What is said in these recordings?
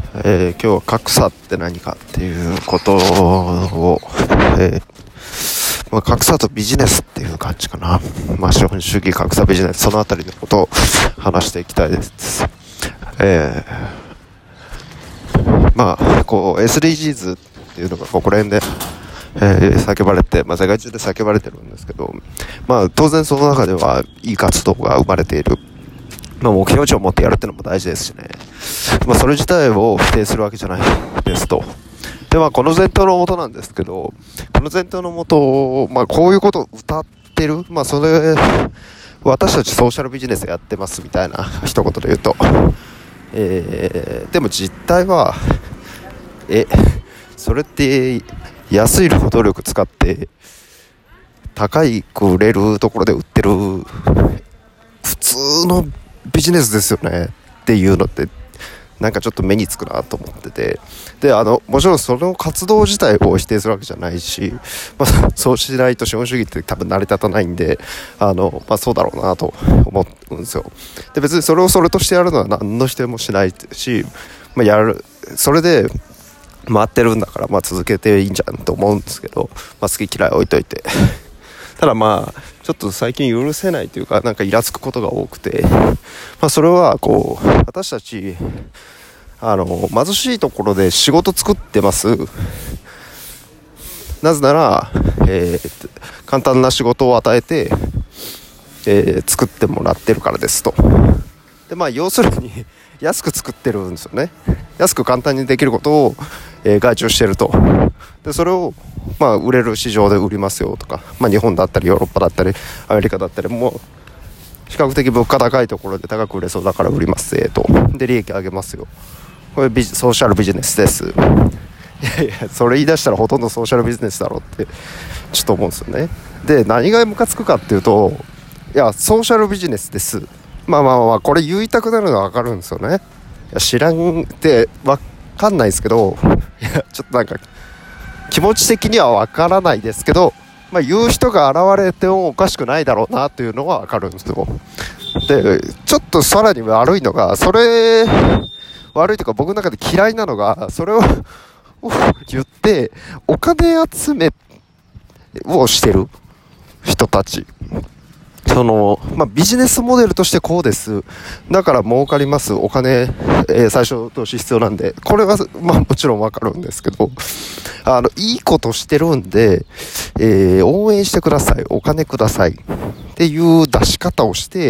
今日は格差って何かっていうことを、格差とビジネスっていう感じかな。資本主義、格差、ビジネス、そのあたりのことを話していきたいです。SDGs っていうのがここら辺で、叫ばれて、世界中で叫ばれてるんですけど、当然その中ではいい活動が生まれている。目標値を持ってやるってのも大事ですしね。それ自体を否定するわけじゃないですと。で、この前提のもとなんですけど、この前提のもと、こういうことを歌ってる、それ、私たちソーシャルビジネスやってますみたいな一言で言うと。でも実態は、それって安い労働力使って高く売れるところで売ってる普通のビジネスですよねっていうのってなんかちょっと目につくなと思ってて、でもちろんその活動自体を否定するわけじゃないし、そうしないと資本主義って多分成り立たないんで、そうだろうなと思うんですよ。で別にそれをそれとしてやるのは何の否定もしないし、やるそれで回ってるんだから続けていいんじゃんと思うんですけど、好き嫌い置いといてただちょっと最近許せないというか、イラつくことが多くて、それは私たち貧しいところで仕事作ってます。なぜなら、簡単な仕事を与えて、作ってもらってるからですと。で要するに安く作ってるんですよね。安く簡単にできることを、外注してると。でそれを売れる市場で売りますよとか、日本だったりヨーロッパだったりアメリカだったりも比較的物価高いところで高く売れそうだから売りますと。で利益上げますよ。これソーシャルビジネスです。いやそれ言い出したらほとんどソーシャルビジネスだろうってちょっと思うんですよね。で何がムカつくかっていうと、いやソーシャルビジネスです。これ言いたくなるのは分かるんですよね。いや知らんって分かんないですけど、いやちょっと気持ち的には分からないですけど、言う人が現れてもおかしくないだろうなっていうのは分かるんですよ。でちょっとさらに悪いのが、悪いというか僕の中で嫌いなのが、それを言ってお金集めをしてる人たち、ビジネスモデルとしてこうです、だから儲かります、お金、最初投資必要なんで、これはもちろんわかるんですけど、いいことしてるんで、応援してください、お金くださいっていう出し方をして、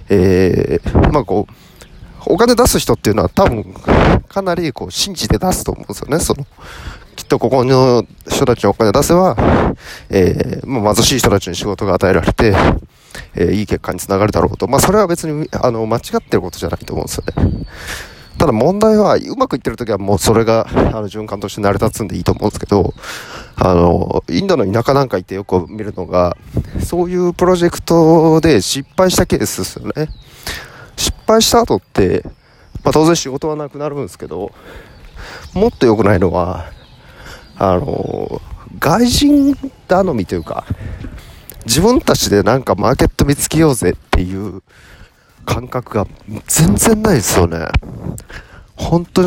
お金出す人っていうのは多分かなり信じて出すと思うんですよね。きっとここの人たちにお金出せば、貧しい人たちに仕事が与えられて、いい結果につながるだろうと。それは別に間違ってることじゃないと思うんですよね。ただ問題はうまくいってるときはもうそれが循環として成り立つんでいいと思うんですけど、インドの田舎なんか行ってよく見るのが、そういうプロジェクトで失敗したケースですよね。失敗した後って、当然仕事はなくなるんですけど、もっと良くないのは外人頼みというか、自分たちでマーケット見つけようぜっていう感覚が全然ないですよね。本当に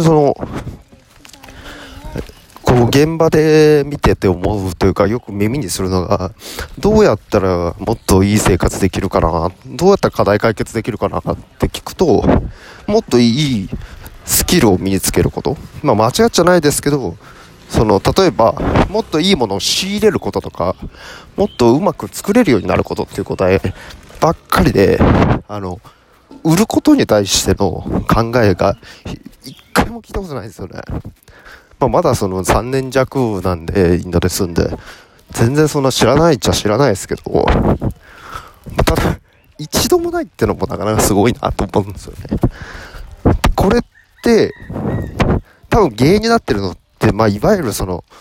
現場で見てて思うというか、よく耳にするのが、どうやったらもっといい生活できるかな、どうやったら課題解決できるかなって聞くと、もっといいスキルを身につけること、間違っちゃないですけど、例えばもっといいものを仕入れることとか、もっとうまく作れるようになることっていう答えばっかりで、売ることに対しての考えが一回も聞いたことないですよね。まだ3年弱なんで、インドで住んで全然そんな知らないっちゃ知らないですけど、ただ一度もないってのもなかなかすごいなと思うんですよね。これって多分原因になってるのって、いわゆる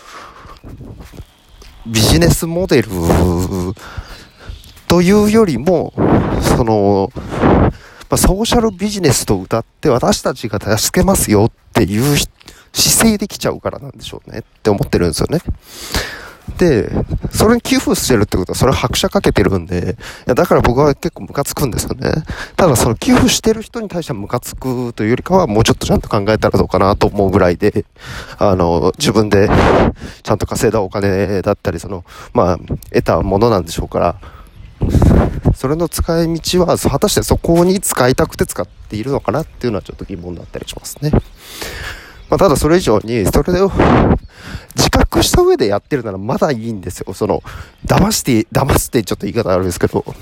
ビジネスモデルというよりも、ソーシャルビジネスと謳って私たちが助けますよっていう姿勢できちゃうからなんでしょうねって思ってるんですよね。 で、それに寄付してるってことは、それは拍車かけてるんで、いや、だから僕は結構ムカつくんですよね。ただその寄付してる人に対してはムカつくというよりかは、もうちょっとちゃんと考えたらどうかなと思うぐらいで、自分でちゃんと稼いだお金だったり、得たものなんでしょうから、それの使い道は、果たしてそこに使いたくて使っているのかなっていうのはちょっと疑問だったりしますね。ただそれ以上に、それを自覚した上でやってるならまだいいんですよ。騙してちょっと言い方あるんですけど、こ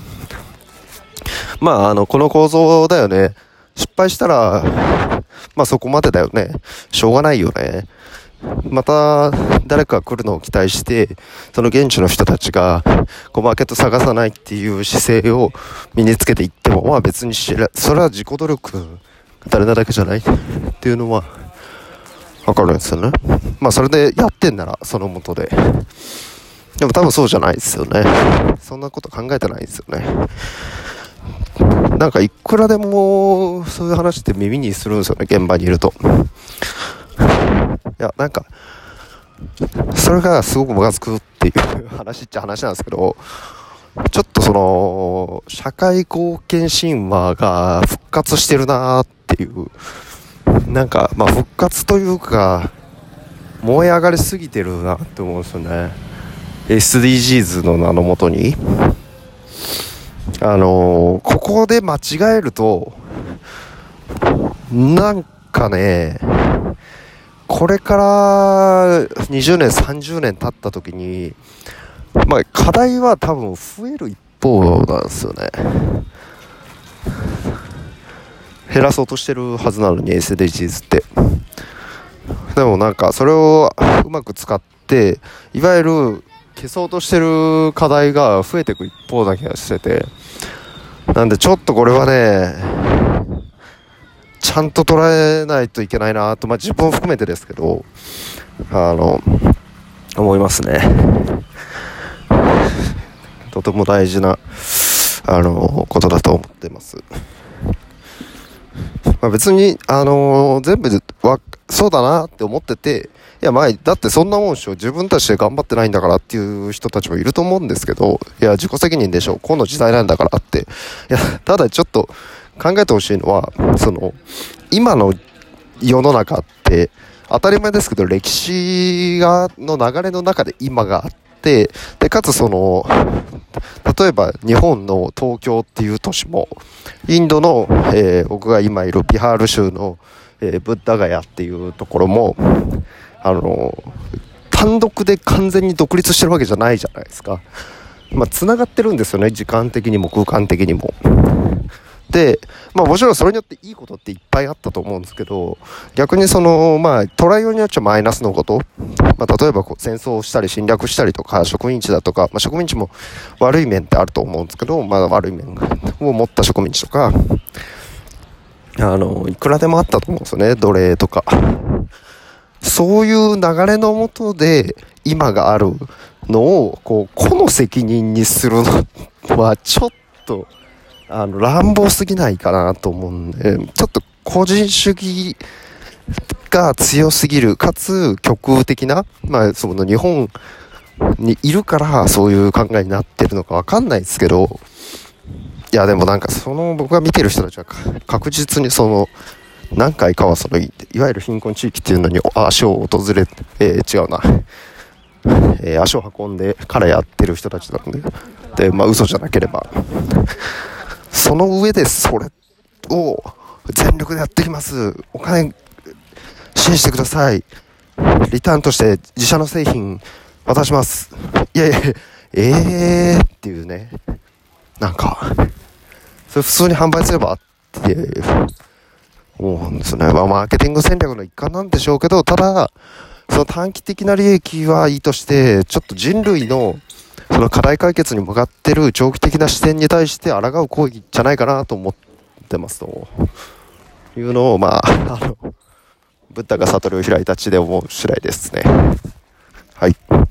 の構造だよね。失敗したら、そこまでだよね。しょうがないよね。また誰かが来るのを期待して、その現地の人たちがマーケット探さないっていう姿勢を身につけていっても、別にそれは自己努力誰なだけじゃないっていうのはわかるんですよね。それでやってんならその元で。でも多分そうじゃないですよね。そんなこと考えてないですよね。なんかいくらでもそういう話って耳にするんですよね、現場にいると。いや、なんかそれがすごくムカつくっていう話っちゃ話なんですけど、ちょっと社会貢献神話が復活してるなーっていう、復活というか燃え上がりすぎてるなって思うんですよね。 SDGs の名のもとにここで間違えるとなんかね、これから20年30年経った時に課題は多分増える一方なんですよね。減らそうとしてるはずなのに SDGs って。でもそれをうまく使っていわゆる消そうとしてる課題が増えていく一方な気がしてて、なんでちょっとこれはねちゃんと捉えないといけないなと、自分を含めてですけど思いますね。とても大事なことだと思っています。別に全部そうだなって思ってて、いやだってそんなもんでしょ、自分たちで頑張ってないんだからっていう人たちもいると思うんですけど、いや自己責任でしょ、この時代なんだからって。いやただちょっと考えてほしいのは、今の世の中って当たり前ですけど歴史の流れの中で今があって、でかつ例えば日本の東京っていう都市もインドの、僕が今いるビハール州の、ブッダガヤっていうところも単独で完全に独立してるわけじゃないじゃないですか。繋がってるんですよね、時間的にも空間的にも。で、もちろんそれによっていいことっていっぱいあったと思うんですけど、逆に捉えようによっちゃマイナスのこと、例えば戦争をしたり侵略したりとか植民地だとか、植民地も悪い面ってあると思うんですけど、悪い面を持った植民地とかいくらでもあったと思うんですよね、奴隷とか。そういう流れのもとで今があるのを個の責任にするのはちょっと乱暴すぎないかなと思うんで、ちょっと個人主義が強すぎる、かつ極右的な、日本にいるからそういう考えになってるのかわかんないですけど、いやでも僕が見てる人たちは確実に何回かはいわゆる貧困地域っていうのに足を訪れ、違うな、足を運んでからやってる人たちなので、嘘じゃなければ、その上でそれを全力でやってきます、お金支援してください、リターンとして自社の製品渡します、いやいやっていうね、それ普通に販売すればって思うんですね。マーケティング戦略の一環なんでしょうけど、ただその短期的な利益はいいとして、ちょっと人類のその課題解決に向かってる長期的な視点に対して抗う行為じゃないかなと思ってますというのをブッダが悟りを開いた地で思う次第ですね。はい。